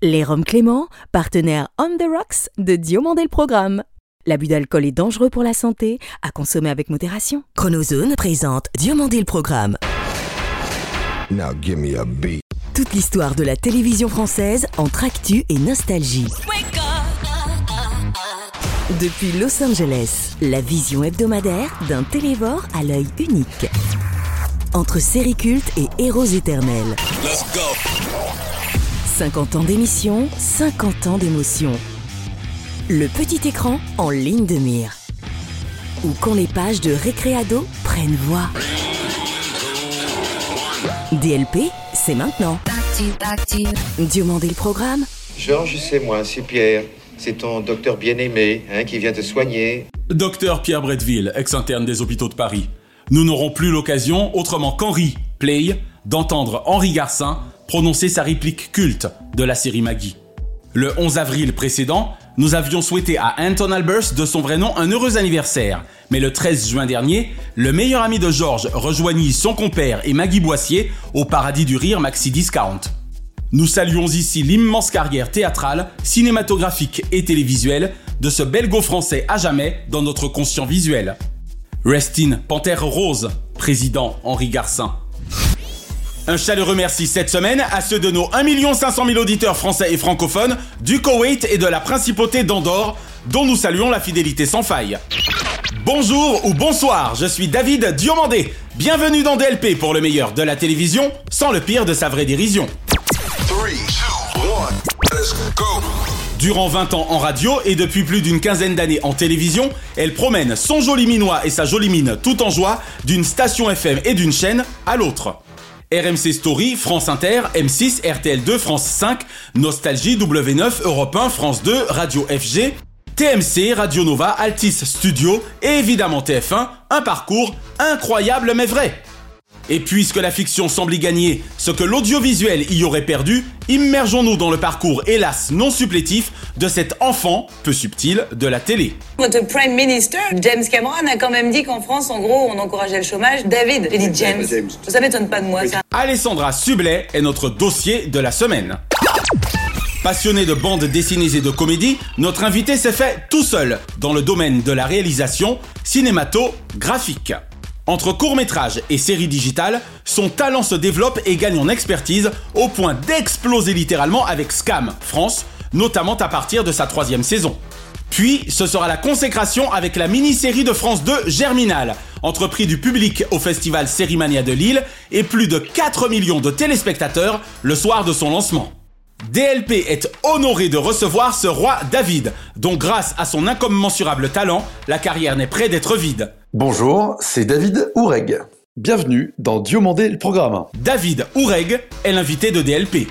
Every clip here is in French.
Les Rhums Clément, partenaire On the Rocks de Diomandé le Programme. L'abus d'alcool est dangereux pour la santé, à consommer avec modération. Chronozone présente Diomandé le Programme. Now give me a beat. Toute l'histoire de la télévision française entre actu et nostalgie. Depuis Los Angeles, la vision hebdomadaire d'un télévore à l'œil unique. Entre séries cultes et héros éternels. Let's go. 50 ans d'émission, 50 ans d'émotion. Le petit écran en ligne de mire. Ou quand les pages de Récréado prennent voix. DLP, c'est maintenant. Diomandé le Programme. Georges, c'est moi, c'est Pierre. C'est ton docteur bien-aimé qui vient te soigner. Docteur Pierre Bretteville, ex-interne des hôpitaux de Paris. Nous n'aurons plus l'occasion, autrement qu'Henri Play, d'entendre Henri Garcin prononcer sa réplique culte de la série Maggie. Le 11 avril précédent, nous avions souhaité à Anton Albers, de son vrai nom, un heureux anniversaire. Mais le 13 juin dernier, le meilleur ami de Georges rejoignit son compère et Maggie Boissier au paradis du rire Maxi Discount. Nous saluons ici l'immense carrière théâtrale, cinématographique et télévisuelle de ce belgo-français à jamais dans notre conscient visuel. Rest in Panthère Rose, président Henri Garcin. Un chaleureux merci cette semaine à ceux de nos 1 500 000 auditeurs français et francophones du Koweït et de la principauté d'Andorre, dont nous saluons la fidélité sans faille. Bonjour ou bonsoir, je suis David Diomandé. Bienvenue dans DLP pour le meilleur de la télévision, sans le pire de sa vraie dérision. 3, 2, 1, let's go. Durant 20 ans en radio et depuis plus d'une quinzaine d'années en télévision, elle promène son joli minois et sa jolie mine tout en joie d'une station FM et d'une chaîne à l'autre. RMC Story, France Inter, M6, RTL2, France 5, Nostalgie, W9, Europe 1, France 2, Radio FG, TMC, Radio Nova, Altis Studio et évidemment TF1, un parcours incroyable mais vrai. Et puisque la fiction semble y gagner ce que l'audiovisuel y aurait perdu, immergeons-nous dans le parcours hélas non supplétif de cet enfant peu subtil de la télé. Votre Prime Minister, James Cameron, a quand même dit qu'en France, en gros, on encourageait le chômage. David, j'ai dit James. Ça m'étonne pas de moi, ça. Alessandra Sublet est notre dossier de la semaine. Passionné de bandes dessinées et de comédie, notre invité s'est fait tout seul dans le domaine de la réalisation cinématographique. Entre courts-métrages et séries digitales, son talent se développe et gagne en expertise au point d'exploser littéralement avec Scam France, notamment à partir de sa 3e saison. Puis, ce sera la consécration avec la mini-série de France 2 Germinal, entrepris du public au festival Sérimania de Lille et plus de 4 millions de téléspectateurs le soir de son lancement. DLP est honoré de recevoir ce roi David, dont grâce à son incommensurable talent, la carrière n'est près d'être vide. Bonjour, c'est David Oureg. Bienvenue dans Diomandé le Programme. David Oureg est l'invité de DLP.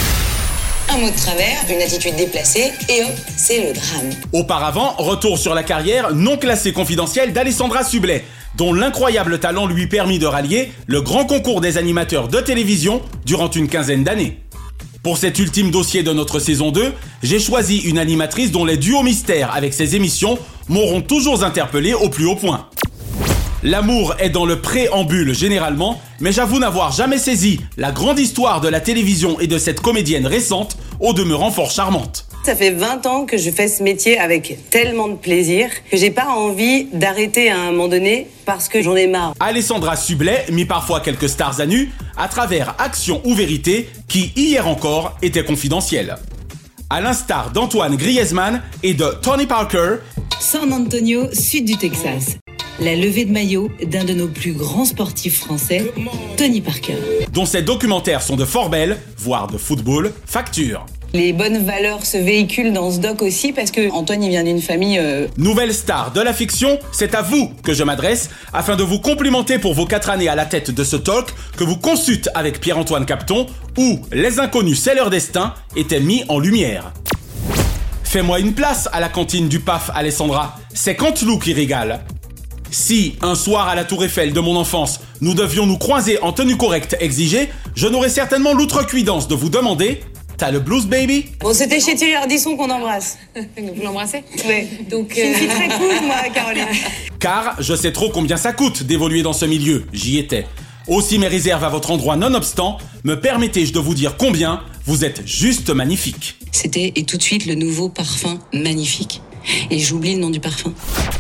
Un mot de travers, une attitude déplacée, et hop, c'est le drame. Auparavant, retour sur la carrière non classée confidentielle d'Alessandra Sublet, dont l'incroyable talent lui permit de rallier le grand concours des animateurs de télévision durant une quinzaine d'années. Pour cet ultime dossier de notre saison 2, j'ai choisi une animatrice dont les duos mystères avec ses émissions m'auront toujours interpellé au plus haut point. L'amour est dans le préambule généralement, mais j'avoue n'avoir jamais saisi la grande histoire de la télévision et de cette comédienne récente, au demeurant fort charmante. Ça fait 20 ans que je fais ce métier avec tellement de plaisir que j'ai pas envie d'arrêter à un moment donné parce que j'en ai marre. Alessandra Sublet mit parfois quelques stars à nu à travers Action ou Vérité qui, hier encore, était confidentielle. À l'instar d'Antoine Griezmann et de Tony Parker, San Antonio, sud du Texas. La levée de maillot d'un de nos plus grands sportifs français, Tony Parker. Dont ces documentaires sont de fort belles, voire de football, facture. Les bonnes valeurs se véhiculent dans ce doc aussi parce que Antoine il vient d'une famille... Nouvelle star de la fiction, c'est à vous que je m'adresse afin de vous complimenter pour vos 4 années à la tête de ce talk que vous consultez avec Pierre-Antoine Capton où les inconnus c'est leur destin étaient mis en lumière. Fais-moi une place à la cantine du PAF, Alessandra, c'est Canteloup qui régale. Si, un soir à la Tour Eiffel de mon enfance, nous devions nous croiser en tenue correcte exigée, je n'aurais certainement l'outrecuidance de vous demander « T'as le blues, baby ?» Bon, c'était chez Thierry Ardisson qu'on embrasse. Vous l'embrassez ? Ouais. Donc, je suis une fille très cool, moi, Caroline. Car je sais trop combien ça coûte d'évoluer dans ce milieu, j'y étais. Aussi mes réserves à votre endroit nonobstant, me permettez-je de vous dire combien vous êtes juste magnifique. C'était et tout de suite le nouveau parfum magnifique. Et j'oublie le nom du parfum.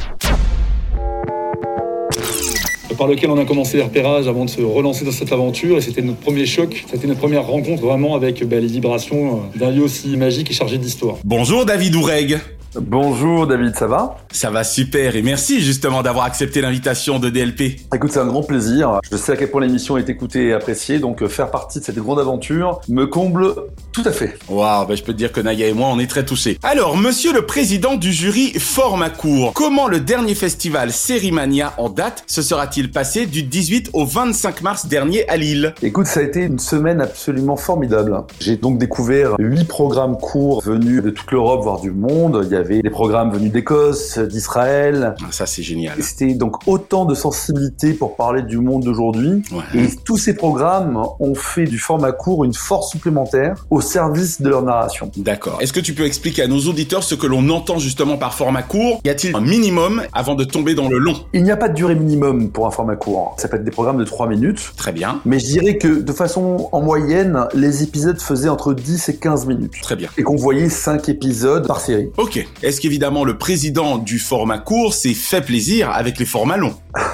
Par lequel on a commencé les repérages avant de se relancer dans cette aventure. Et c'était notre premier choc, c'était notre première rencontre vraiment avec les vibrations d'un lieu aussi magique et chargé d'histoire. Bonjour David Oureg. Bonjour David, ça va ? Ça va super et merci justement d'avoir accepté l'invitation de DLP. Écoute, c'est un grand plaisir. Je sais à quel point l'émission est écoutée et appréciée, donc faire partie de cette grande aventure me comble tout à fait. Waouh, je peux te dire que Naya et moi, on est très touchés. Alors, monsieur le président du jury Format Court, comment le dernier festival Sérimania en date se sera-t-il passé du 18 au 25 mars dernier à Lille ? Écoute, ça a été une semaine absolument formidable. J'ai donc découvert 8 programmes courts venus de toute l'Europe, voire du monde. Il y avait des programmes venus d'Écosse, d'Israël. Ah, ça, c'est génial. Et c'était donc autant de sensibilité pour parler du monde d'aujourd'hui. Ouais. Et tous ces programmes ont fait du format court une force supplémentaire au service de leur narration. D'accord. Est-ce que tu peux expliquer à nos auditeurs ce que l'on entend justement par format court ? Y a-t-il un minimum avant de tomber dans le long ? Il n'y a pas de durée minimum pour un format court. Ça peut être des programmes de 3 minutes. Très bien. Mais je dirais que de façon en moyenne, les épisodes faisaient entre 10 et 15 minutes. Très bien. Et qu'on voyait 5 épisodes par série. Ok. Est-ce qu'évidemment le président du format court s'est fait plaisir avec les formats longs ?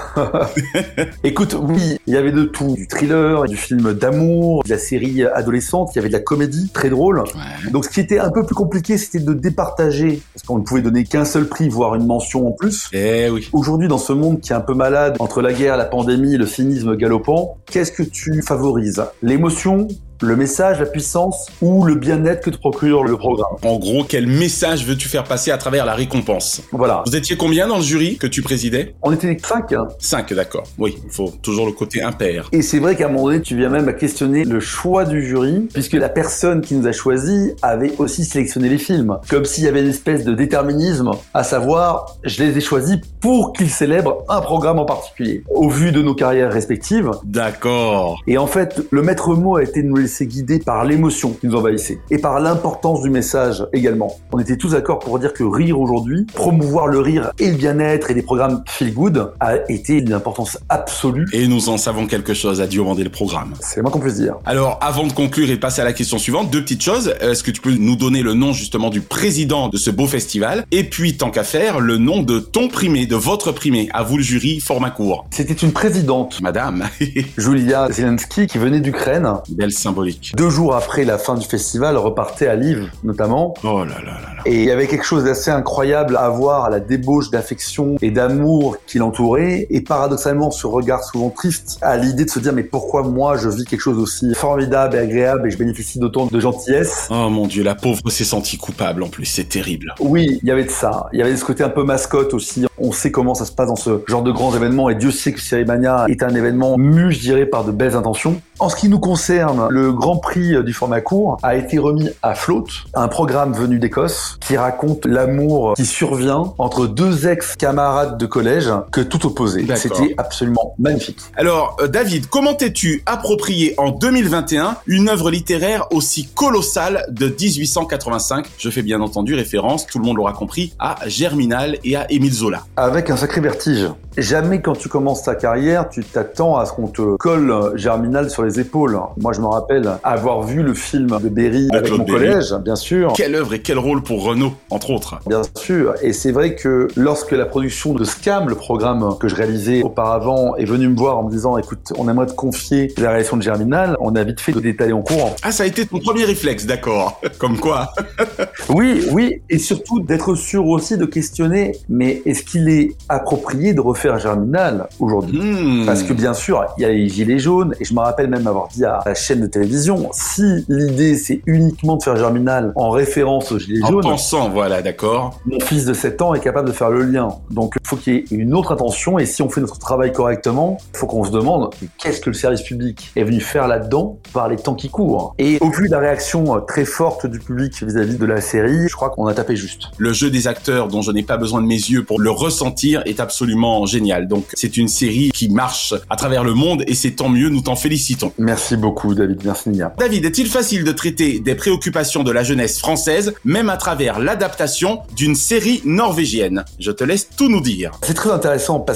Écoute, oui, il y avait de tout. Du thriller, du film d'amour, de la série adolescente, il y avait de la comédie, très drôle. Ouais. Donc ce qui était un peu plus compliqué, c'était de départager, parce qu'on ne pouvait donner qu'un seul prix, voire une mention en plus. Eh oui. Aujourd'hui, dans ce monde qui est un peu malade, entre la guerre, la pandémie, le cynisme galopant, qu'est-ce que tu favorises ? L'émotion ? Le message, la puissance ou le bien-être que te procure le programme. En gros, quel message veux-tu faire passer à travers la récompense ? Voilà. Vous étiez combien dans le jury que tu présidais ? On était 5. 5, d'accord. Oui, il faut toujours le côté impair. Et c'est vrai qu'à un moment donné, tu viens même à questionner le choix du jury, puisque la personne qui nous a choisis avait aussi sélectionné les films. Comme s'il y avait une espèce de déterminisme, à savoir, je les ai choisis pour qu'ils célèbrent un programme en particulier, au vu de nos carrières respectives. D'accord. Et en fait, le maître mot a été de nous laisser guider par l'émotion qui nous envahissait et par l'importance du message également. On était tous d'accord pour dire que rire aujourd'hui, promouvoir le rire et le bien-être et des programmes feel good a été d'une importance absolue. Et nous en savons quelque chose à demander le programme. C'est moins qu'on puisse dire. Alors, avant de conclure et de passer à la question suivante, 2 petites choses. Est-ce que tu peux nous donner le nom justement du président de ce beau festival ? Et puis, tant qu'à faire, le nom de ton primé, de votre primé, à vous le jury, format court. C'était une présidente. Madame. Julia Zelensky, qui venait d'Ukraine. Belle symbolique. 2 jours après la fin du festival, repartait à Lviv, notamment. Oh là là là là. Et il y avait quelque chose d'assez incroyable à voir à la débauche d'affection et d'amour qui l'entourait. Et paradoxalement, ce regard souvent triste à l'idée de se dire, mais pourquoi moi je vis quelque chose aussi formidable et agréable et je bénéficie d'autant de gentillesse ? Oh mon Dieu, la pauvre s'est sentie coupable en plus, c'est terrible. Oui, il y avait de ça. Il y avait ce côté un peu mascotte aussi. On sait comment ça se passe dans ce genre de grands événements et Dieu sait que Sérimania est un événement mu, je dirais, par de belles intentions. En ce qui nous concerne, le grand prix du format court a été remis à Float, un programme venu d'Écosse qui raconte l'amour qui survient entre 2 ex-camarades de collège que tout opposé. D'accord. C'était absolument magnifique. Alors, David, comment t'es-tu approprié en 2021 une œuvre littéraire aussi colossale de 1885 ? Je fais bien entendu référence, tout le monde l'aura compris, à Germinal et à Émile Zola. Avec un sacré vertige. Jamais quand tu commences ta carrière, tu t'attends à ce qu'on te colle Germinal sur les épaules. Moi, je me rappelle avoir vu le film de Berry avec mon collège, bien sûr. Quelle œuvre et quel rôle pour Renaud, entre autres. Bien sûr. Et c'est vrai que lorsque la production de Scam, le programme que je réalisais auparavant, est venue me voir en me disant, écoute, on aimerait te confier la réalisation de Germinal, on a vite fait de détailler en courant. Ah, ça a été ton premier réflexe, d'accord. Comme quoi. Oui. Et surtout d'être sûr aussi de questionner, mais est-ce qu'il est approprié de refaire Germinal aujourd'hui ? Parce que bien sûr, il y a les gilets jaunes, et je me rappelle même avoir dit à la chaîne de télévision, si l'idée c'est uniquement de faire Germinal en référence aux gilets jaunes, en pensant, voilà, d'accord. Mon fils de 7 ans est capable de faire le lien. Donc il faut qu'il y ait une autre intention, et si on fait notre travail correctement, il faut qu'on se demande qu'est-ce que le service public est venu faire là-dedans par les temps qui courent. Et au vu de la réaction très forte du public vis-à-vis de la série, je crois qu'on a tapé juste. Le jeu des acteurs dont je n'ai pas besoin de mes yeux pour le ressentir est absolument génial. Donc c'est une série qui marche à travers le monde et c'est tant mieux, nous t'en félicitons. Merci beaucoup David, merci Nia. David, est-il facile de traiter des préoccupations de la jeunesse française, même à travers l'adaptation d'une série norvégienne ? Je te laisse tout nous dire. C'est très intéressant parce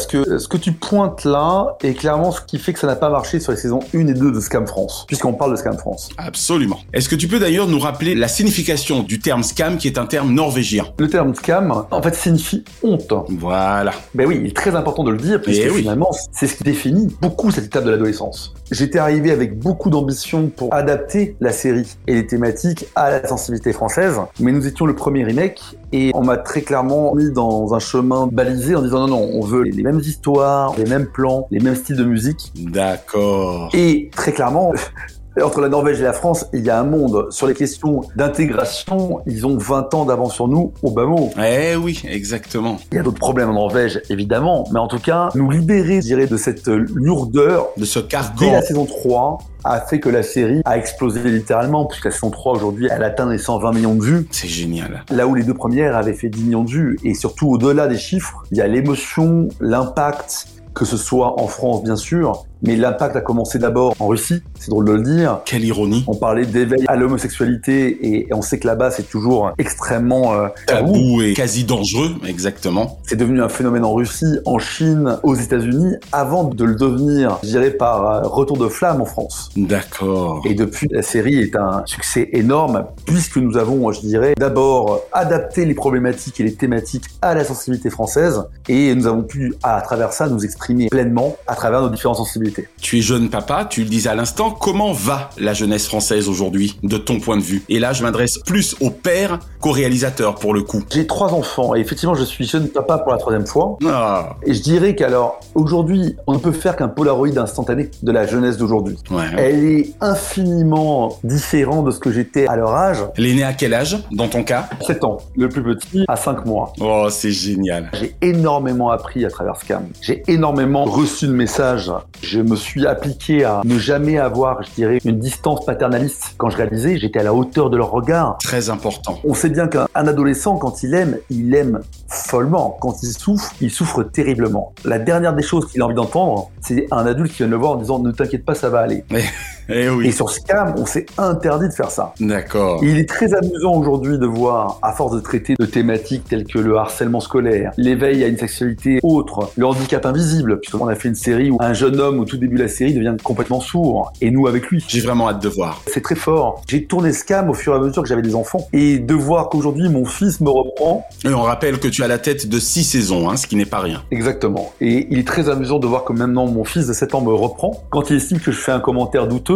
que ce que tu pointes là est clairement ce qui fait que ça n'a pas marché sur les saisons 1 et 2 de Scam France, puisqu'on parle de Scam France. Absolument. Est-ce que tu peux d'ailleurs nous rappeler la signification du terme scam, qui est un terme norvégien? Le terme scam, en fait, signifie honte. Voilà. Ben oui, il est très important de le dire, puisque finalement, c'est ce qui définit beaucoup cette étape de l'adolescence. J'étais arrivé avec beaucoup d'ambition pour adapter la série et les thématiques à la sensibilité française, mais nous étions le premier remake et on m'a très clairement mis dans un chemin balisé en disant non, on veut les mêmes histoires, les mêmes plans, les mêmes styles de musique. D'accord. Et très clairement, entre la Norvège et la France, il y a un monde. Sur les questions d'intégration, ils ont 20 ans d'avance sur nous, au bas mot. Eh oui, exactement. Il y a d'autres problèmes en Norvège, évidemment, mais en tout cas, nous libérer, je dirais, de cette lourdeur, de ce carcan. Dès la saison 3, a fait que la série a explosé littéralement, puisque la saison 3, aujourd'hui, elle atteint les 120 millions de vues. C'est génial. Là où les deux premières avaient fait 10 millions de vues. Et surtout, au-delà des chiffres, il y a l'émotion, l'impact, que ce soit en France, bien sûr, mais l'impact a commencé d'abord en Russie, c'est drôle de le dire. Quelle ironie. On parlait d'éveil à l'homosexualité et on sait que là-bas c'est toujours extrêmement tabou et quasi dangereux, exactement. C'est devenu un phénomène en Russie, en Chine, aux États-Unis, avant de le devenir, je dirais, par retour de flamme en France. D'accord. Et depuis, la série est un succès énorme, puisque nous avons, je dirais, d'abord adapté les problématiques et les thématiques à la sensibilité française, et nous avons pu, à travers ça, nous exprimer pleinement à travers nos différentes sensibilités. Tu es jeune papa, tu le disais à l'instant, comment va la jeunesse française aujourd'hui, de ton point de vue? Et là, je m'adresse plus au père qu'au réalisateur, pour le coup. J'ai 3 enfants, et effectivement, je suis jeune papa pour la 3e fois. Ah. Et je dirais qu'alors, aujourd'hui, on ne peut faire qu'un polaroid instantané de la jeunesse d'aujourd'hui. Ouais. Elle est infiniment différente de ce que j'étais à leur âge. Elle est née à quel âge, dans ton cas? 7 ans. Le plus petit, à 5 mois. Oh, c'est génial. J'ai énormément appris à travers Scam. J'ai énormément reçu de messages. Je me suis appliqué à ne jamais avoir, je dirais, une distance paternaliste. Quand je réalisais, j'étais à la hauteur de leur regard. Très important. On sait bien qu'un adolescent, quand il aime follement. Quand il souffre terriblement. La dernière des choses qu'il a envie d'entendre, c'est un adulte qui vient le voir en disant « Ne t'inquiète pas, ça va aller ». Oui. Et sur Scam, on s'est interdit de faire ça. D'accord. Il est très amusant aujourd'hui de voir, à force de traiter de thématiques telles que le harcèlement scolaire, l'éveil à une sexualité autre, le handicap invisible, puisqu'on a fait une série où un jeune homme, au tout début de la série, devient complètement sourd, et nous avec lui. J'ai vraiment hâte de voir. C'est très fort. J'ai tourné Scam au fur et à mesure que j'avais des enfants, et de voir qu'aujourd'hui, mon fils me reprend. Et on rappelle que tu as la tête de 6 saisons, ce qui n'est pas rien. Exactement. Et il est très amusant de voir que maintenant, mon fils de 7 ans me reprend, quand il estime que je fais un commentaire douteux.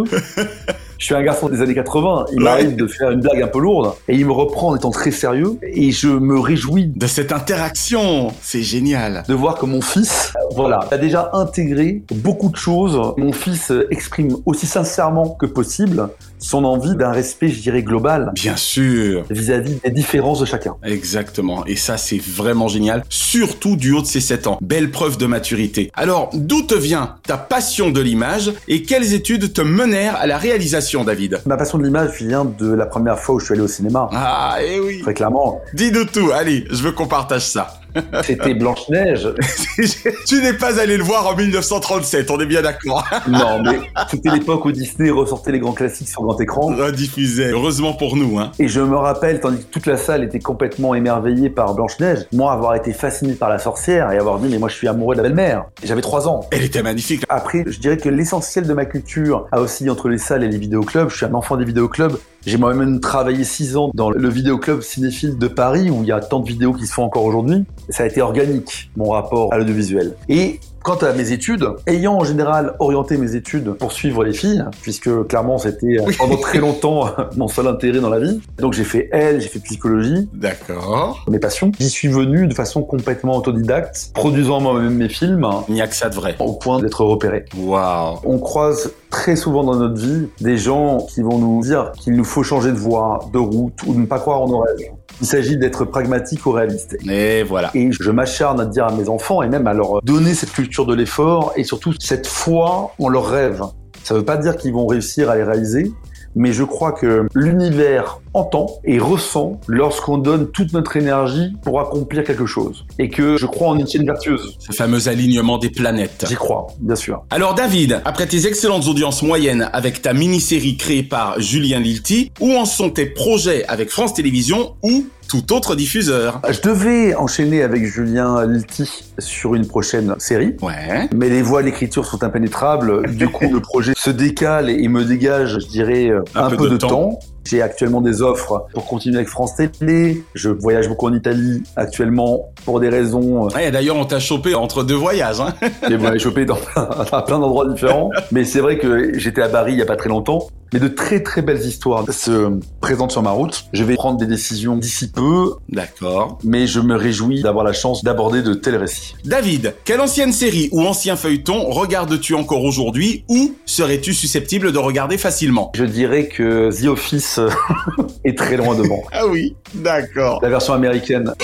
Je suis un garçon des années 80, il m'arrive de faire une blague un peu lourde, et il me reprend en étant très sérieux, et je me réjouis de cette interaction. C'est génial. De voir que mon fils, a déjà intégré beaucoup de choses. Mon fils exprime aussi sincèrement que possible son envie d'un respect, je dirais, global. Bien sûr. Vis-à-vis des différences de chacun. Exactement. Et ça, c'est vraiment génial. Surtout du haut de ses 7 ans. Belle preuve de maturité. Alors, d'où te vient ta passion de l'image et quelles études te menèrent à la réalisation, David? Ma passion de l'image vient de la première fois où je suis allé au cinéma. Ah, eh oui. Très clairement. Dis-nous tout. Allez, je veux qu'on partage ça. C'était Blanche-Neige. Tu n'es pas allé le voir en 1937, on est bien d'accord. Non, mais c'était l'époque où Disney ressortait les grands classiques sur grand écran. Rediffusait, heureusement pour nous. Et je me rappelle, tandis que toute la salle était complètement émerveillée par Blanche-Neige, moi avoir été fasciné par la sorcière et avoir dit « mais moi je suis amoureux de la belle-mère ». J'avais 3 ans. Elle était magnifique. Après, je dirais que l'essentiel de ma culture a aussi entre les salles et les vidéoclubs. Je suis un enfant des vidéoclubs. J'ai moi-même travaillé 6 ans dans le vidéoclub cinéphile de Paris où il y a tant de vidéos qui se font encore aujourd'hui. Ça a été organique, mon rapport à l'audiovisuel. Et quant à mes études, ayant en général orienté mes études pour suivre les filles, puisque clairement c'était pendant très longtemps mon seul intérêt dans la vie. Donc j'ai fait j'ai fait psychologie. D'accord. Mes passions. J'y suis venu de façon complètement autodidacte, produisant moi-même mes films. Il n'y a que ça de vrai. Au point d'être repéré. Waouh. On croise très souvent dans notre vie des gens qui vont nous dire qu'il nous faut changer de voie, de route ou de ne pas croire en nos rêves. Il s'agit d'être pragmatique ou réaliste. Et voilà. Et je m'acharne à dire à mes enfants et même à leur donner cette culture de l'effort et surtout cette foi en leurs rêves. Ça veut pas dire qu'ils vont réussir à les réaliser, mais je crois que l'univers entend et ressent lorsqu'on donne toute notre énergie pour accomplir quelque chose. Et que je crois en une chaîne vertueuse. Ce fameux alignement des planètes. J'y crois, bien sûr. Alors David, après tes excellentes audiences moyennes avec ta mini-série créée par Julien Lilti, où en sont tes projets avec France Télévisions ou tout autre diffuseur? Je devais enchaîner avec Julien Lilti sur une prochaine série. Ouais. Mais les voies d'écriture sont impénétrables. Du coup, le projet se décale et me dégage, je dirais, un peu de temps. J'ai actuellement des offres pour continuer avec France Télé. Je voyage beaucoup en Italie actuellement pour des raisons... Ouais, d'ailleurs, on t'a chopé entre deux voyages. Hein. Et vous m'avez chopé dans plein d'endroits différents. Mais c'est vrai que j'étais à Bari il y a pas très longtemps. Mais de très très belles histoires se présentent sur ma route. Je vais prendre des décisions d'ici peu. D'accord. Mais je me réjouis d'avoir la chance d'aborder de tels récits. David, quelle ancienne série ou ancien feuilleton regardes-tu encore aujourd'hui ou serais-tu susceptible de regarder facilement? Je dirais que The Office est très loin devant. Ah oui, d'accord. La version américaine.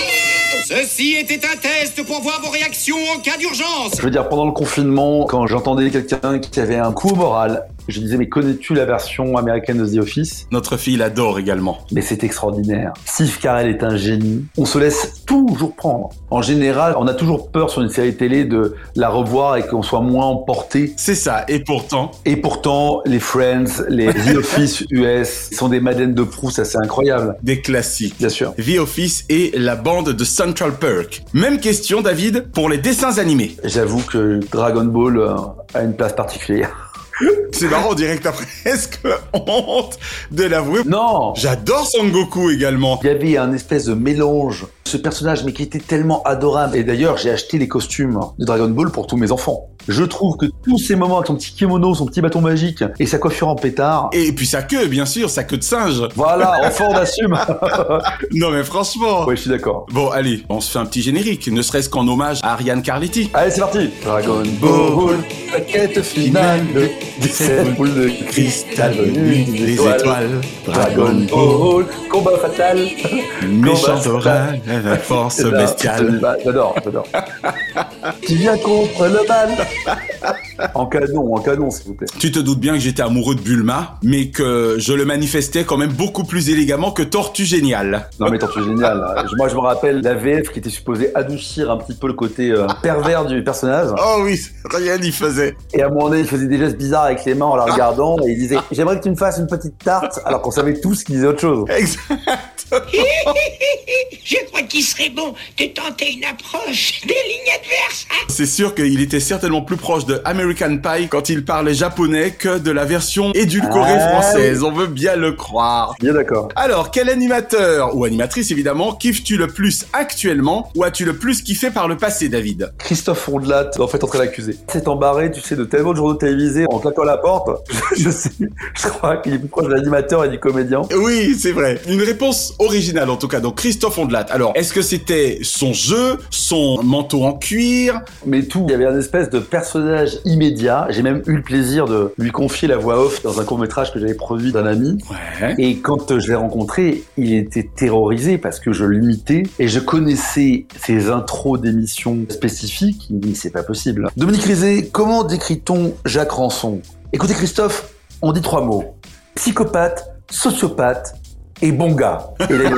Ceci était un test pour voir vos réactions en cas d'urgence. Je veux dire, pendant le confinement, quand j'entendais quelqu'un qui avait un coup au moral, je disais, mais connais-tu la version américaine de The Office? Notre fille l'adore également. Mais c'est extraordinaire. Steve Carell est un génie. On se laisse toujours prendre. En général, on a toujours peur sur une série télé de la revoir et qu'on soit moins emporté. C'est ça, et pourtant... Et pourtant, les Friends, les The Office US sont des Madeleines de Proust, ça c'est incroyable. Des classiques. Bien sûr. The Office et la bande de Central Perk. Même question, David, pour les dessins animés. J'avoue que Dragon Ball a une place particulière. C'est marrant, on dirait que t'as presque honte de l'avouer. Non! J'adore Son Goku également. Il y avait un espèce de mélange, ce personnage, mais qui était tellement adorable. Et d'ailleurs, j'ai acheté les costumes de Dragon Ball pour tous mes enfants. Je trouve que tous ces moments avec son petit kimono, son petit bâton magique et sa coiffure en pétard... Et puis sa queue, bien sûr, sa queue de singe. Voilà, enfin on assume. Non mais franchement... Ouais, je suis d'accord. Bon, allez, on se fait un petit générique, ne serait-ce qu'en hommage à Ariane Carletti. Allez, c'est parti. Dragon Ball, la quête finale des 7 boules de cristal venues des étoiles. Dragon Ball, combat fatal. Méchant oral, la force bestiale. J'adore. Qui vient contre le mal. En canon, s'il vous plaît. Tu te doutes bien que j'étais amoureux de Bulma, mais que je le manifestais quand même beaucoup plus élégamment que Tortue Géniale. Non mais Tortue Géniale, moi je me rappelle la VF qui était supposée adoucir un petit peu le côté pervers du personnage. Oh oui, rien n'y faisait. Et à un moment donné, il faisait des gestes bizarres avec les mains en la regardant, et il disait « J'aimerais que tu me fasses une petite tarte », alors qu'on savait tous qu'il disait autre chose. Exactement. Je crois qu'il serait bon de tenter une approche des lignes adverses. C'est sûr qu'il était certainement plus proche de American Pie quand il parlait japonais que de la version édulcorée française. On veut bien le croire. Bien d'accord. Alors, quel animateur, ou animatrice évidemment, kiffes-tu le plus actuellement ou as-tu le plus kiffé par le passé, David? Christophe Ondelat, en fait, entrer l'accusé. C'est embarré, tu sais, de tellement de journaux télévisés en claquant la porte. Je crois qu'il est plus proche de l'animateur et du comédien. Oui, c'est vrai. Une réponse originale en tout cas. Donc Christophe Ondelat. Alors, est-ce que c'était son jeu, son manteau en cuir? Mais tout. Il y avait un espèce de personnage immédiat. J'ai même eu le plaisir de lui confier la voix off dans un court-métrage que j'avais produit d'un ami. Ouais. Et quand je l'ai rencontré, il était terrorisé parce que je l'imitais et je connaissais ses intros d'émissions spécifiques. Il me dit, c'est pas possible. Dominique Rizet, comment décrit-on Jacques Ranson? Écoutez Christophe, on dit 3 mots. Psychopathe, sociopathe et bon gars. Et là,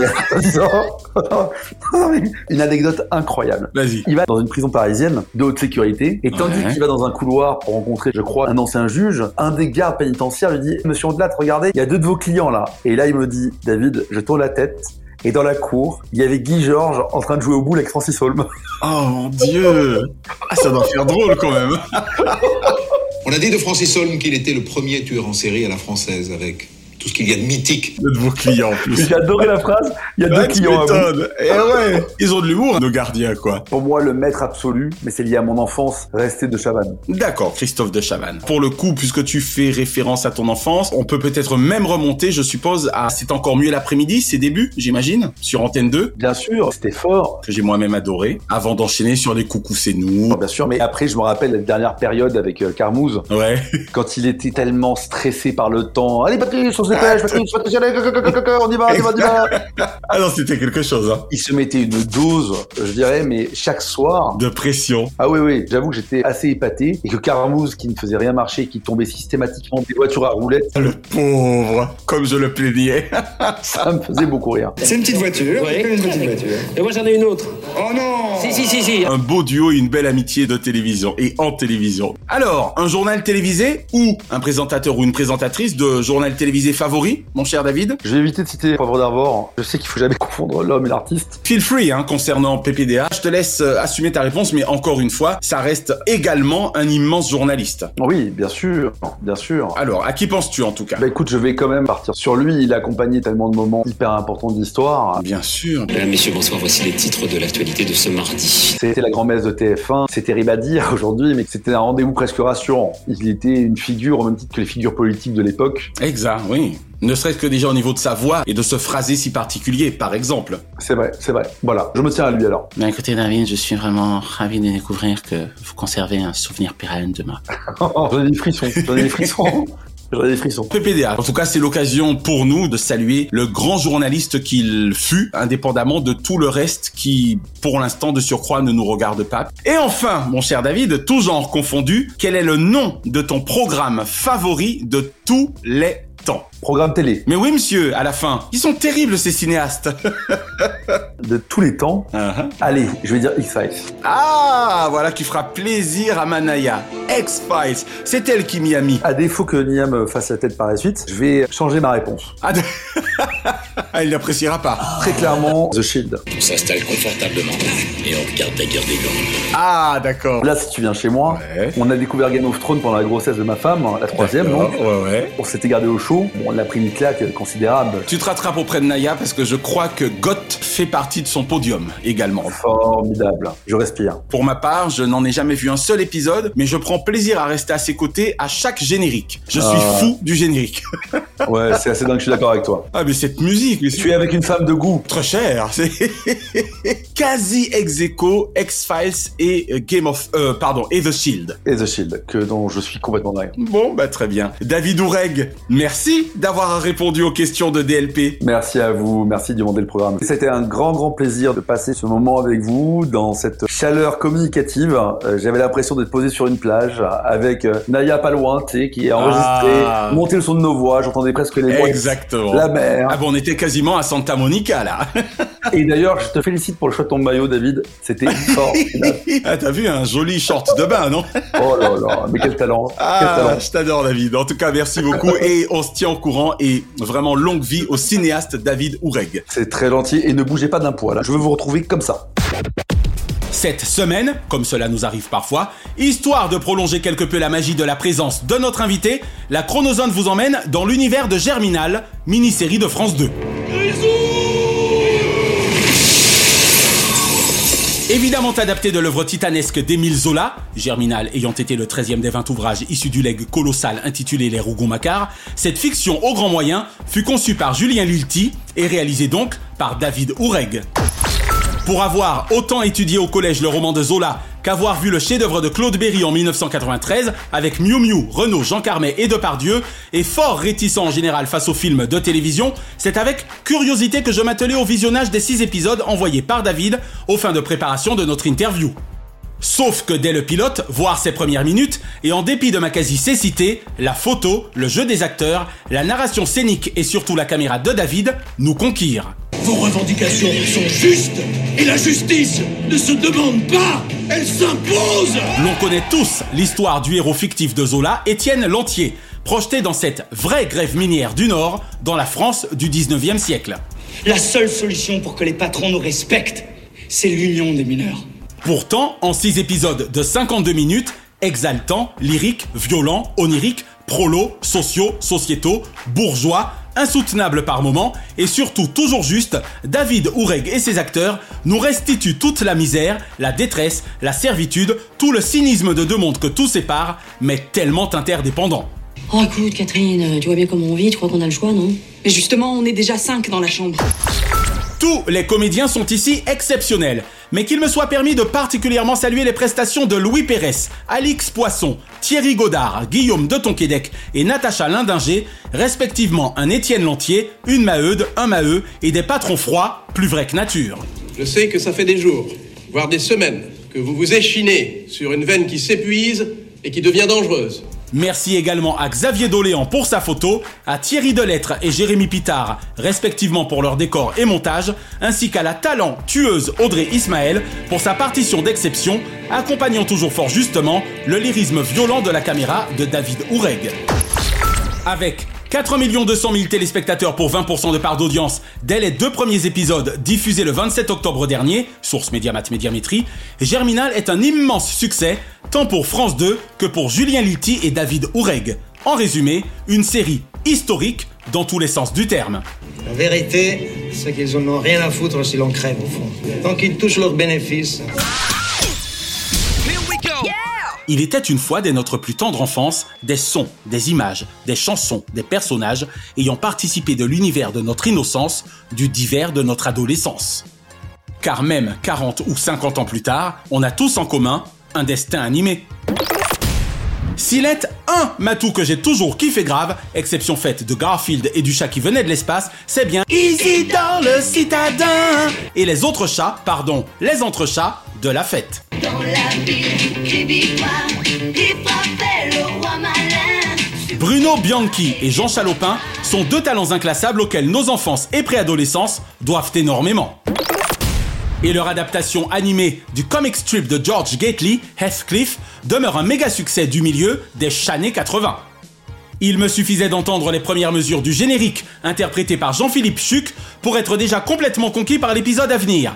une anecdote incroyable. Vas-y. Il va dans une prison parisienne de haute sécurité et tandis qu'il va dans un couloir pour rencontrer, je crois, un ancien juge, un des gardes pénitentiaires lui dit « Monsieur Ondelat, regardez, il y a 2 de vos clients là. » Et là, il me dit « David, je tourne la tête. » Et dans la cour, il y avait Guy Georges en train de jouer au boule avec Francis Holm. Oh mon Dieu. Ah, ça doit faire drôle quand même. On a dit de Francis Holm qu'il était le premier tueur en série à la française avec tout ce qu'il y a de mythique. De vos clients en plus. J'ai adoré la phrase. Il y a 2 clients à vous. Et ouais, ils ont de l'humour, nos gardiens, quoi. Pour moi, le maître absolu, mais c'est lié à mon enfance, restait de Chavannes. D'accord, Christophe de Chavannes. Pour le coup, puisque tu fais référence à ton enfance, on peut peut-être même remonter, je suppose, à C'est encore mieux l'après-midi, ses débuts, j'imagine, sur Antenne 2. Bien sûr, c'était fort. Que j'ai moi-même adoré, avant d'enchaîner sur les Coucou c'est nous. Bien sûr, mais après, je me rappelle la dernière période avec Carmouze. Ouais. Quand il était tellement stressé par le temps. Allez, papier sur dépêche, Patrice, allez, on y va. Ah non, c'était quelque chose, hein. Il se mettait une dose, je dirais, mais chaque soir. De pression. Ah oui, j'avoue que j'étais assez épaté, et que Carmouze, qui ne faisait rien marcher, qui tombait systématiquement des voitures à roulettes. Le pauvre, comme je le plaignais. Ça me faisait beaucoup rire. C'est une petite voiture, une petite voiture. Et moi j'en ai une autre. Oh non. Si. Un beau duo et une belle amitié de télévision et en télévision. Alors, un journal télévisé ou un présentateur ou une présentatrice de journal télévisé favori, mon cher David? Je vais éviter de citer Poivre d'Arvor. Je sais qu'il faut jamais confondre l'homme et l'artiste. Feel free, concernant PPDA. Je te laisse assumer ta réponse, mais encore une fois, ça reste également un immense journaliste. Oui, bien sûr. Alors, à qui penses-tu en tout cas? Bah écoute, je vais quand même partir sur lui. Il a accompagné tellement de moments hyper importants de l'histoire. Bien sûr. Mesdames, messieurs, bonsoir. Voici les titres de l'actualité de ce mardi. C'était la grand-messe de TF1. C'est terrible à dire aujourd'hui, mais c'était un rendez-vous presque rassurant. Il était une figure au même titre que les figures politiques de l'époque. Exact, oui. Ne serait-ce que déjà au niveau de sa voix et de ce phrasé si particulier, par exemple. C'est vrai. Voilà, je me tiens à lui alors. Bien écoutez David, je suis vraiment ravi de découvrir que vous conservez un souvenir pérenne de moi. J'en ai des frissons. PPDA. En tout cas, c'est l'occasion pour nous de saluer le grand journaliste qu'il fut, indépendamment de tout le reste qui, pour l'instant, de surcroît, ne nous regarde pas. Et enfin, mon cher David, tout genre confondu, quel est le nom de ton programme favori de tous les temps? Programme télé. Mais oui, monsieur, à la fin. Ils sont terribles, ces cinéastes. De tous les temps. Allez, je vais dire X-Files. Ah, voilà qui fera plaisir à Manaya. X-Files, c'est elle qui m'y a mis. À défaut que Nia me fasse la tête par la suite, je vais changer ma réponse. Il n'appréciera pas. Très clairement, The Shield. On s'installe confortablement et on regarde la guerre des gangs. Ah, d'accord. Là, si tu viens chez moi, on a découvert Game of Thrones pendant la grossesse de ma femme, la 3e, non? Ouais. On s'était gardé au chaud. Bon, on a pris une claque considérable. Tu te rattrapes auprès de Naya parce que je crois que Goth fait partie de son podium également. Formidable. Je respire. Pour ma part, je n'en ai jamais vu un seul épisode, mais je prends plaisir à rester à ses côtés à chaque générique. Je suis fou du générique. Ouais, c'est assez dingue, je suis d'accord avec toi. Ah, mais cette musique... Tu es avec une femme de goût. Très cher. C'est quasi ex-aequo, X-Files et et The Shield. Et The Shield, dont je suis complètement dingue. Bon, très bien. David Oureg, merci d'avoir répondu aux questions de DLP. Merci à vous, merci de demander le programme. C'était un grand plaisir de passer ce moment avec vous, dans cette chaleur communicative. J'avais l'impression d'être posé sur une plage, avec Naya pas loin, qui est enregistré, monté le son de nos voix, j'entendais presque les voix. Exactement. La mer. Ah bon, on était quasiment à Santa Monica, là. Et d'ailleurs, je te félicite pour le choix de ton maillot, David. C'était formidable. Ah, t'as vu, un joli short de bain, non? Oh là, mais quel talent. Je t'adore, David. En tout cas, merci beaucoup et on se tient au courant et vraiment longue vie au cinéaste David Oureg. C'est très gentil et ne bougez pas d'un poil. Je veux vous retrouver comme ça. Cette semaine, comme cela nous arrive parfois, histoire de prolonger quelque peu la magie de la présence de notre invité, la Chronozone vous emmène dans l'univers de Germinal, mini-série de France 2. Évidemment adapté de l'œuvre titanesque d'Émile Zola, Germinal ayant été le 13e des 20 ouvrages issus du legs colossal intitulé Les Rougon-Macquart, cette fiction au grand moyen fut conçue par Julien Lilti et réalisée donc par David Oureg. Pour avoir autant étudié au collège le roman de Zola qu'avoir vu le chef-d'œuvre de Claude Berry en 1993 avec Miu Miu, Renaud, Jean Carmet et Depardieu, et fort réticent en général face aux films de télévision, c'est avec curiosité que je m'attelais au visionnage des 6 épisodes envoyés par David aux fins de préparation de notre interview. Sauf que dès le pilote, voire ses premières minutes, et en dépit de ma quasi-cécité, la photo, le jeu des acteurs, la narration scénique et surtout la caméra de David nous conquirent. Vos revendications sont justes et la justice ne se demande pas, elle s'impose. L'on connaît tous l'histoire du héros fictif de Zola, Étienne Lantier, projeté dans cette vraie grève minière du Nord dans la France du 19e siècle. La seule solution pour que les patrons nous respectent, c'est l'union des mineurs. Pourtant, en 6 épisodes de 52 minutes, exaltants, lyriques, violents, oniriques, prolos, sociaux, sociétaux, bourgeois, insoutenables par moments et surtout toujours juste, David Oureg et ses acteurs nous restituent toute la misère, la détresse, la servitude, tout le cynisme de deux mondes que tout sépare, mais tellement interdépendants. Oh écoute Catherine, tu vois bien comment on vit, tu crois qu'on a le choix, non? Mais justement, on est déjà 5 dans la chambre. Tous les comédiens sont ici exceptionnels, mais qu'il me soit permis de particulièrement saluer les prestations de Louis Pérez, Alix Poisson, Thierry Godard, Guillaume de Tonquédec et Natacha Lindinger, respectivement un Étienne Lantier, une Maheude, un Maheu et des patrons froids, plus vrais que nature. Je sais que ça fait des jours, voire des semaines, que vous vous échinez sur une veine qui s'épuise et qui devient dangereuse. Merci également à Xavier Doléan pour sa photo, à Thierry Delettre et Jérémy Pitard, respectivement pour leur décor et montage, ainsi qu'à la talentueuse Audrey Ismaël pour sa partition d'exception, accompagnant toujours fort justement le lyrisme violent de la caméra de David Oureg. Avec 4 200 000 téléspectateurs pour 20% de part d'audience dès les 2 premiers épisodes diffusés le 27 octobre dernier, source Mediamat Médiamétrie, Germinal est un immense succès, tant pour France 2 que pour Julien Lilti et David Oureg. En résumé, une série historique dans tous les sens du terme. La vérité, c'est qu'ils en ont rien à foutre si l'on crève au fond. Tant qu'ils touchent leurs bénéfices. Il était une fois, dès notre plus tendre enfance, des sons, des images, des chansons, des personnages ayant participé de l'univers de notre innocence, du divers de notre adolescence. Car même 40 ou 50 ans plus tard, on a tous en commun un destin animé. S'il est un matou que j'ai toujours kiffé grave, exception faite de Garfield et du chat qui venait de l'espace, c'est bien Isidore le citadin et les autres chats, les entrechats de la fête. Dans la ville qui vit pas, il frappait le roi malin. Bruno Bianchi et Jean Chalopin sont 2 talents inclassables auxquels nos enfances et préadolescences doivent énormément. Et leur adaptation animée du comic strip de George Gately, Heathcliff, demeure un méga succès du milieu des années 80. Il me suffisait d'entendre les premières mesures du générique, interprété par Jean-Philippe Chuc, pour être déjà complètement conquis par l'épisode à venir.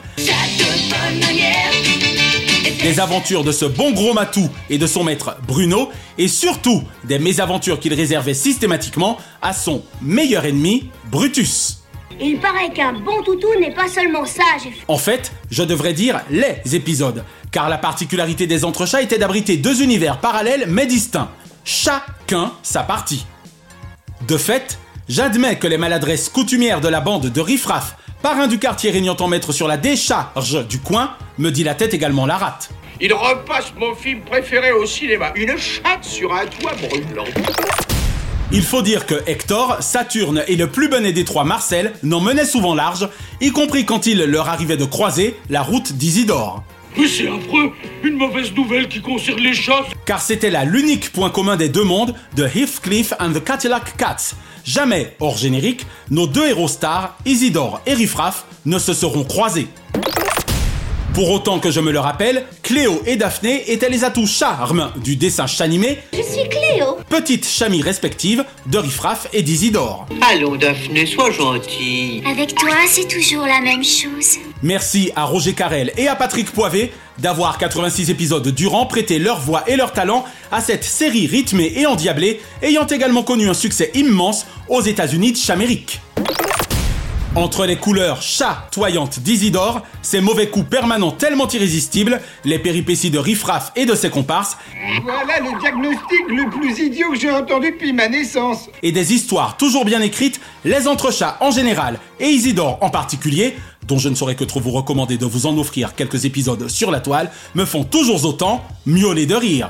Des aventures de ce bon gros matou et de son maître Bruno, et surtout des mésaventures qu'il réservait systématiquement à son meilleur ennemi, Brutus. Il paraît qu'un bon toutou n'est pas seulement sage. En fait, je devrais dire les épisodes, car la particularité des entrechats était d'abriter 2 univers parallèles mais distincts, chacun sa partie. De fait, j'admets que les maladresses coutumières de la bande de riffraff, parrain du quartier régnant en maître sur la décharge du coin, me dilatait également la rate. Il repasse mon film préféré au cinéma, une chatte sur un toit brûlant. Il faut dire que Hector, Saturne et le plus bonnet des 3 Marcel n'en menaient souvent large, y compris quand il leur arrivait de croiser la route d'Isidore. Mais c'est affreux, une mauvaise nouvelle qui concerne les chats. Car c'était là l'unique point commun des 2 mondes de Heathcliff and the Cadillac Cats. Jamais, hors générique, nos 2 héros stars, Isidore et Riffraff, ne se seront croisés. Pour autant que je me le rappelle, Cléo et Daphné étaient les atouts charmes du dessin chanimé. Je suis Cléo. Petites chamies respectives de Riffraff et d'Isidore. Allons Daphné, sois gentille. Avec toi, c'est toujours la même chose. Merci à Roger Carrel et à Patrick Poivet d'avoir 86 épisodes durant prêté leur voix et leur talent à cette série rythmée et endiablée, ayant également connu un succès immense aux États-Unis d'Amérique. Entre les couleurs chatoyantes d'Isidore, ses mauvais coups permanents tellement irrésistibles, les péripéties de Riffraff et de ses comparses, Voilà le diagnostic le plus idiot que j'ai entendu depuis ma naissance. et des histoires toujours bien écrites, les entrechats en général et Isidore en particulier, dont je ne saurais que trop vous recommander de vous en offrir quelques épisodes sur la toile, me font toujours autant miauler de rire.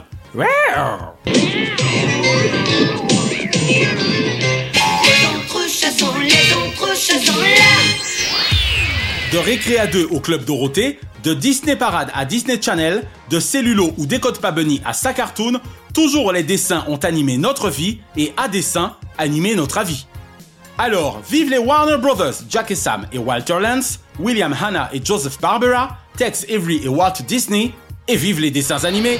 De Récré à 2 au Club Dorothée, de Disney Parade à Disney Channel, de Cellulo ou Décode pas Bunny à sa cartoon, toujours les dessins ont animé notre vie et à dessin animé notre avis. Alors, vive les Warner Brothers, Jack et Sam et Walter Lantz, William Hanna et Joseph Barbera, Tex Avery et Walt Disney, et vive les dessins animés.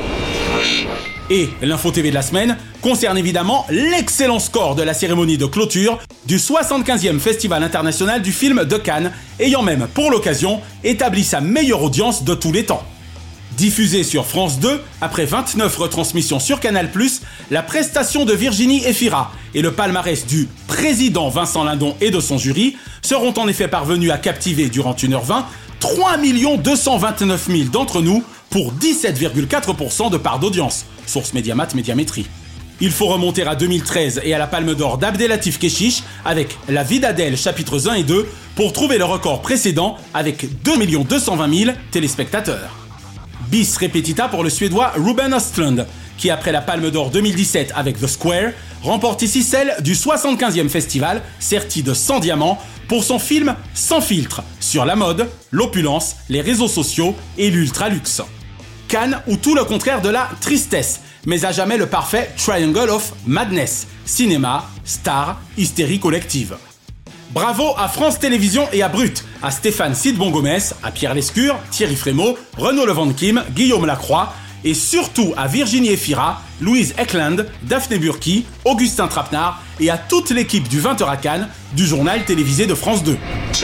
Et l'info TV de la semaine concerne évidemment l'excellent score de la cérémonie de clôture du 75e Festival international du film de Cannes, ayant même pour l'occasion établi sa meilleure audience de tous les temps. Diffusée sur France 2, après 29 retransmissions sur Canal+, la prestation de Virginie Efira et le palmarès du président Vincent Lindon et de son jury seront en effet parvenus à captiver durant 1h20 3 229 000 d'entre nous pour 17,4% de part d'audience, source Mediamat Médiamétrie. Il faut remonter à 2013 et à la Palme d'Or d'Abdelatif Kechiche avec La vie d'Adèle chapitres 1 et 2 pour trouver le record précédent avec 2 220 000 téléspectateurs. Bis repetita pour le Suédois Ruben Östlund qui, après la Palme d'Or 2017 avec The Square, remporte ici celle du 75e festival, serti de 100 diamants, pour son film Sans filtre, sur la mode, l'opulence, les réseaux sociaux et l'ultra-luxe. Cannes ou tout le contraire de la tristesse, mais à jamais le parfait Triangle of Madness, cinéma, star, hystérie collective. Bravo à France Télévisions et à Brut, à Stéphane Sidbon-Gomez, à Pierre Lescure, Thierry Frémaux, Renaud Levankim, Guillaume Lacroix, et surtout à Virginie Efira, Louise Eklund, Daphné Burki, Augustin Trapenard et à toute l'équipe du 20h à Cannes du journal télévisé de France 2.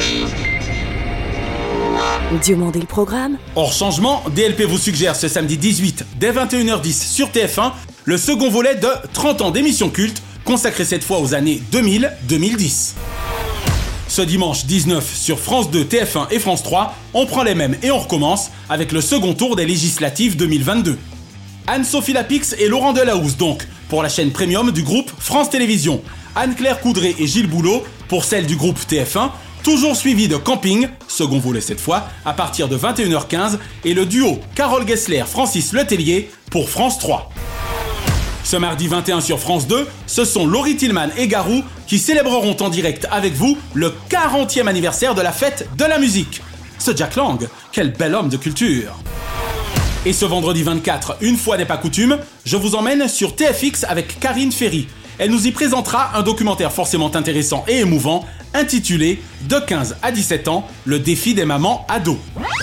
Diomandé le programme. Hors changement, DLP vous suggère ce samedi 18 dès 21h10 sur TF1 le second volet de 30 ans d'émissions cultes consacré cette fois aux années 2000-2010. Ce dimanche 19 sur France 2, TF1 et France 3, on prend les mêmes et on recommence avec le second tour des législatives 2022. Anne-Sophie Lapix et Laurent Delahousse donc pour la chaîne premium du groupe France Télévisions. Anne-Claire Coudray et Gilles Boulot pour celle du groupe TF1, toujours suivi de Camping, second volet cette fois, à partir de 21h15 et le duo Carole Gessler-Francis Letellier pour France 3. Ce mardi 21 sur France 2, ce sont Laurie Tillman et Garou qui célébreront en direct avec vous le 40e anniversaire de la fête de la musique. Ce Jack Lang, quel bel homme de culture. Et ce vendredi 24, une fois n'est pas coutume, je vous emmène sur TFX avec Karine Ferry. Elle nous y présentera un documentaire forcément intéressant et émouvant intitulé « De 15 à 17 ans, le défi des mamans ados ».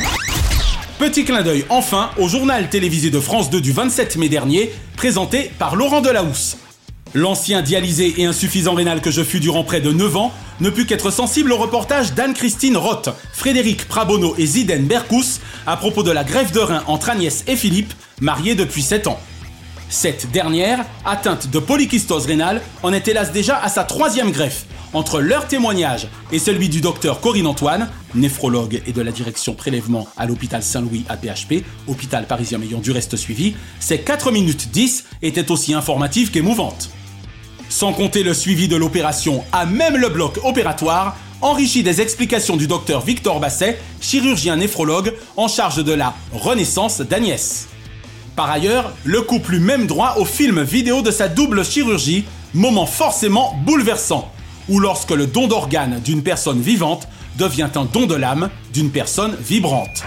Petit clin d'œil enfin au journal télévisé de France 2 du 27 mai dernier, présenté par Laurent Delahousse. L'ancien dialysé et insuffisant rénal que je fus durant près de 9 ans ne put qu'être sensible au reportage d'Anne-Christine Roth, Frédéric Prabono et Ziden Berkous à propos de la greffe de rein entre Agnès et Philippe, mariés depuis 7 ans. Cette dernière, atteinte de polykystose rénale, en est hélas déjà à sa 3e greffe. Entre leur témoignage et celui du docteur Corinne Antoine, néphrologue et de la direction prélèvement à l'hôpital Saint-Louis à PHP, hôpital parisien m'ayant du reste suivi, ces 4 minutes 10 étaient aussi informatives qu'émouvantes. Sans compter le suivi de l'opération à même le bloc opératoire, enrichi des explications du docteur Victor Basset, chirurgien néphrologue en charge de la renaissance d'Agnès. Par ailleurs, le couple eut même droit au film vidéo de sa double chirurgie, moment forcément bouleversant, ou lorsque le don d'organes d'une personne vivante devient un don de l'âme d'une personne vibrante.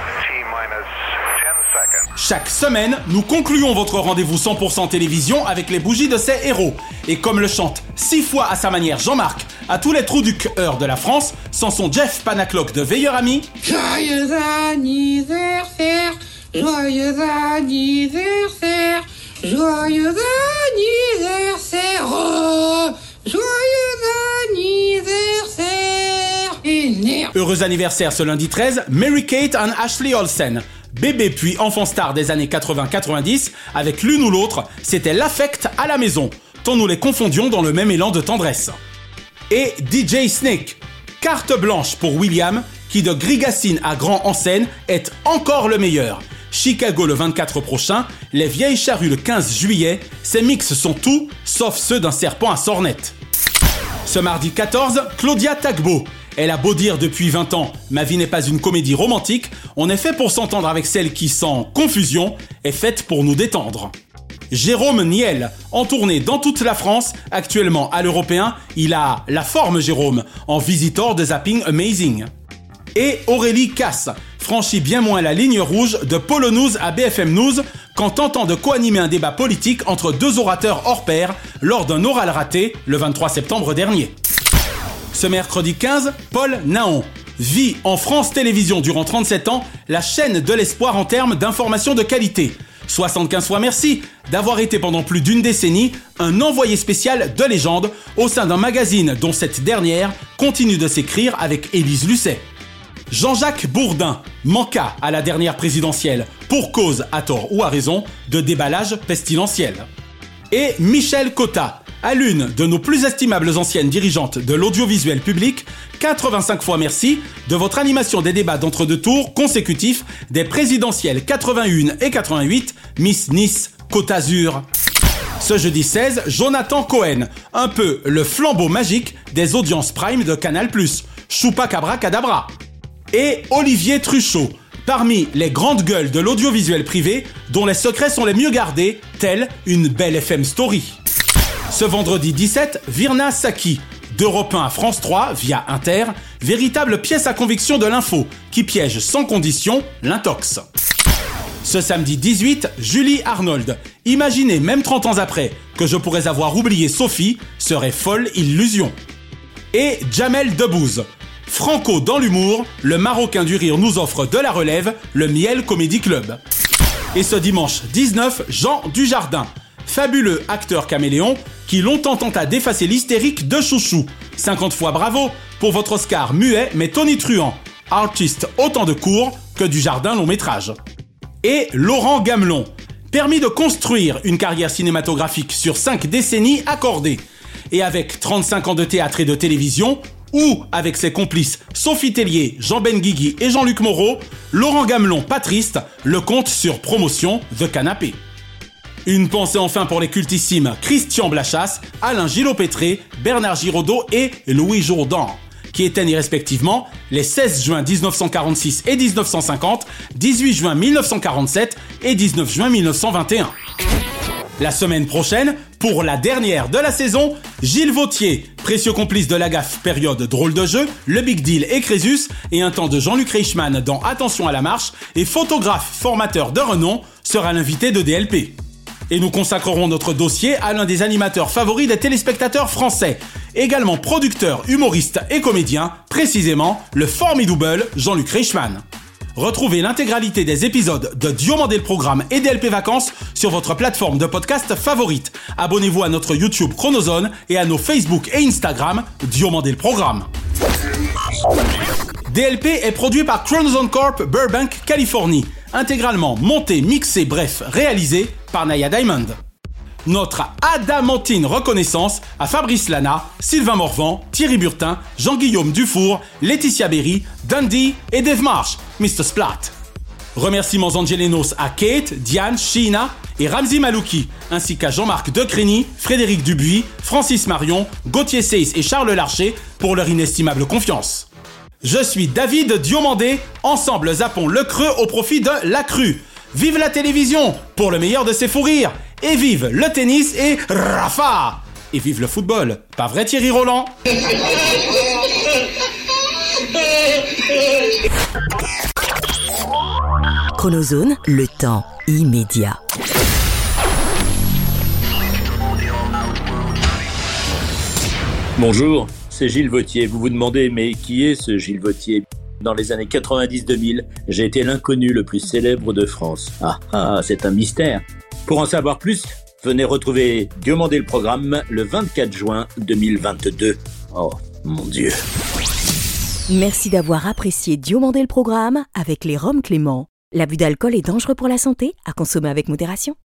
Chaque semaine, nous concluons votre rendez-vous 100% télévision avec les bougies de ces héros. Et comme le chante 6 fois à sa manière Jean-Marc, à tous les trous du cœur de la France, sans son Jeff Panaclock de Veilleur Ami. Joyeux anniversaire, joyeux anniversaire, joyeux anniversaire, oh, joyeux anniversaire. Heureux anniversaire ce lundi 13, Mary-Kate and Ashley Olsen. Bébé puis enfant star des années 80-90, avec l'une ou l'autre, c'était l'affect à la maison, tant nous les confondions dans le même élan de tendresse. Et DJ Snake, carte blanche pour William, qui de Grigassine à Grand en Seine est encore le meilleur. Chicago le 24 prochain, les Vieilles Charrues le 15 juillet, ces mix sont tout, sauf ceux d'un serpent à sornette. Ce mardi 14, Claudia Tagbo. Elle a beau dire depuis 20 ans « Ma vie n'est pas une comédie romantique », on est fait pour s'entendre avec celle qui, sans confusion, est faite pour nous détendre. Jérôme Niel, en tournée dans toute la France, actuellement à l'Européen, il a la forme Jérôme, en visitor de Zapping Amazing. Et Aurélie Casse, franchit bien moins la ligne rouge de Polo News à BFM News qu'en tentant de co-animer un débat politique entre 2 orateurs hors pair lors d'un oral raté le 23 septembre dernier. Ce mercredi 15, Paul Naon vit en France Télévisions durant 37 ans la chaîne de l'espoir en termes d'information de qualité. 75 fois merci d'avoir été pendant plus d'une décennie un envoyé spécial de légende au sein d'un magazine dont cette dernière continue de s'écrire avec Élise Lucet. Jean-Jacques Bourdin manqua à la dernière présidentielle pour cause, à tort ou à raison, de déballage pestilentiel. Et Michel Cotta, à l'une de nos plus estimables anciennes dirigeantes de l'audiovisuel public, 85 fois merci de votre animation des débats d'entre-deux tours consécutifs des présidentielles 81 et 88, Miss Nice, Côte d'Azur. Ce jeudi 16, Jonathan Cohen, un peu le flambeau magique des audiences Prime de Canal+, Chupacabra Cadabra. Et Olivier Truchot, parmi les grandes gueules de l'audiovisuel privé dont les secrets sont les mieux gardés, telle une belle FM story. Ce vendredi 17, Virna Saki, d'Europe 1 à France 3 via Inter, véritable pièce à conviction de l'info qui piège sans condition l'intox. Ce samedi 18, Julie Arnold. Imaginez, même 30 ans après, que je pourrais avoir oublié Sophie, serait folle illusion. Et Jamel Debbouze. Franco dans l'humour, le Marocain du rire nous offre de la relève, le Miel Comedy Club. Et ce dimanche 19, Jean Dujardin. Fabuleux acteur caméléon qui longtemps tenta d'effacer l'hystérique de Chouchou. 50 fois bravo pour votre Oscar muet mais tonitruant. Artiste autant de court que Dujardin long métrage. Et Laurent Gamelon, permis de construire une carrière cinématographique sur 5 décennies accordées. Et avec 35 ans de théâtre et de télévision, ou avec ses complices Sophie Tellier, Jean Benguigui et Jean-Luc Moreau, Laurent Gamelon, pas triste, le compte sur Promotion The Canapé. Une pensée enfin pour les cultissimes Christian Blachas, Alain Gillot-Pétré, Bernard Giraudot et Louis Jourdan, qui éteignent respectivement les 16 juin 1946 et 1950, 18 juin 1947 et 19 juin 1921. La semaine prochaine, pour la dernière de la saison, Gilles Vautier, précieux complice de la gaffe période drôle de jeu, le Big Deal et Crésus, et un temps de Jean-Luc Reichmann dans Attention à la marche, et photographe formateur de renom, sera l'invité de DLP. Et nous consacrerons notre dossier à l'un des animateurs favoris des téléspectateurs français, également producteur, humoriste et comédien, précisément le formidable Jean-Luc Reichmann. Retrouvez l'intégralité des épisodes de Diomandé le Programme et DLP Vacances sur votre plateforme de podcast favorite. Abonnez-vous à notre YouTube Chronozone et à nos Facebook et Instagram Diomandé le Programme. DLP est produit par Chronozone Corp Burbank, Californie. Intégralement monté, mixé, bref, réalisé par Naya Diamond. Notre adamantine reconnaissance à Fabrice Lana, Sylvain Morvan, Thierry Burtin, Jean-Guillaume Dufour, Laetitia Berry, Dundee et Dave Marsh, Mr. Splat. Remerciements angelenos à Kate, Diane, Sheena et Ramzi Malouki, ainsi qu'à Jean-Marc Decrény, Frédéric Dubuis, Francis Marion, Gauthier Seyss et Charles Larcher pour leur inestimable confiance. Je suis David Diomandé, ensemble zappons le creux au profit de la crue. Vive la télévision pour le meilleur de ses fous rires. Et vive le tennis et Rafa. Et vive le football. Pas vrai Thierry Roland? Chronozone, le temps immédiat. Bonjour, c'est Gilles Vautier. Vous vous demandez, mais qui est ce Gilles Vautier ? Dans les années 90-2000, j'ai été l'inconnu le plus célèbre de France. C'est un mystère. Pour en savoir plus, venez retrouver Diomandé le Programme le 24 juin 2022. Oh, mon Dieu. Merci d'avoir apprécié Diomandé le Programme avec les Rhums Clément. L'abus d'alcool est dangereux pour la santé, à consommer avec modération.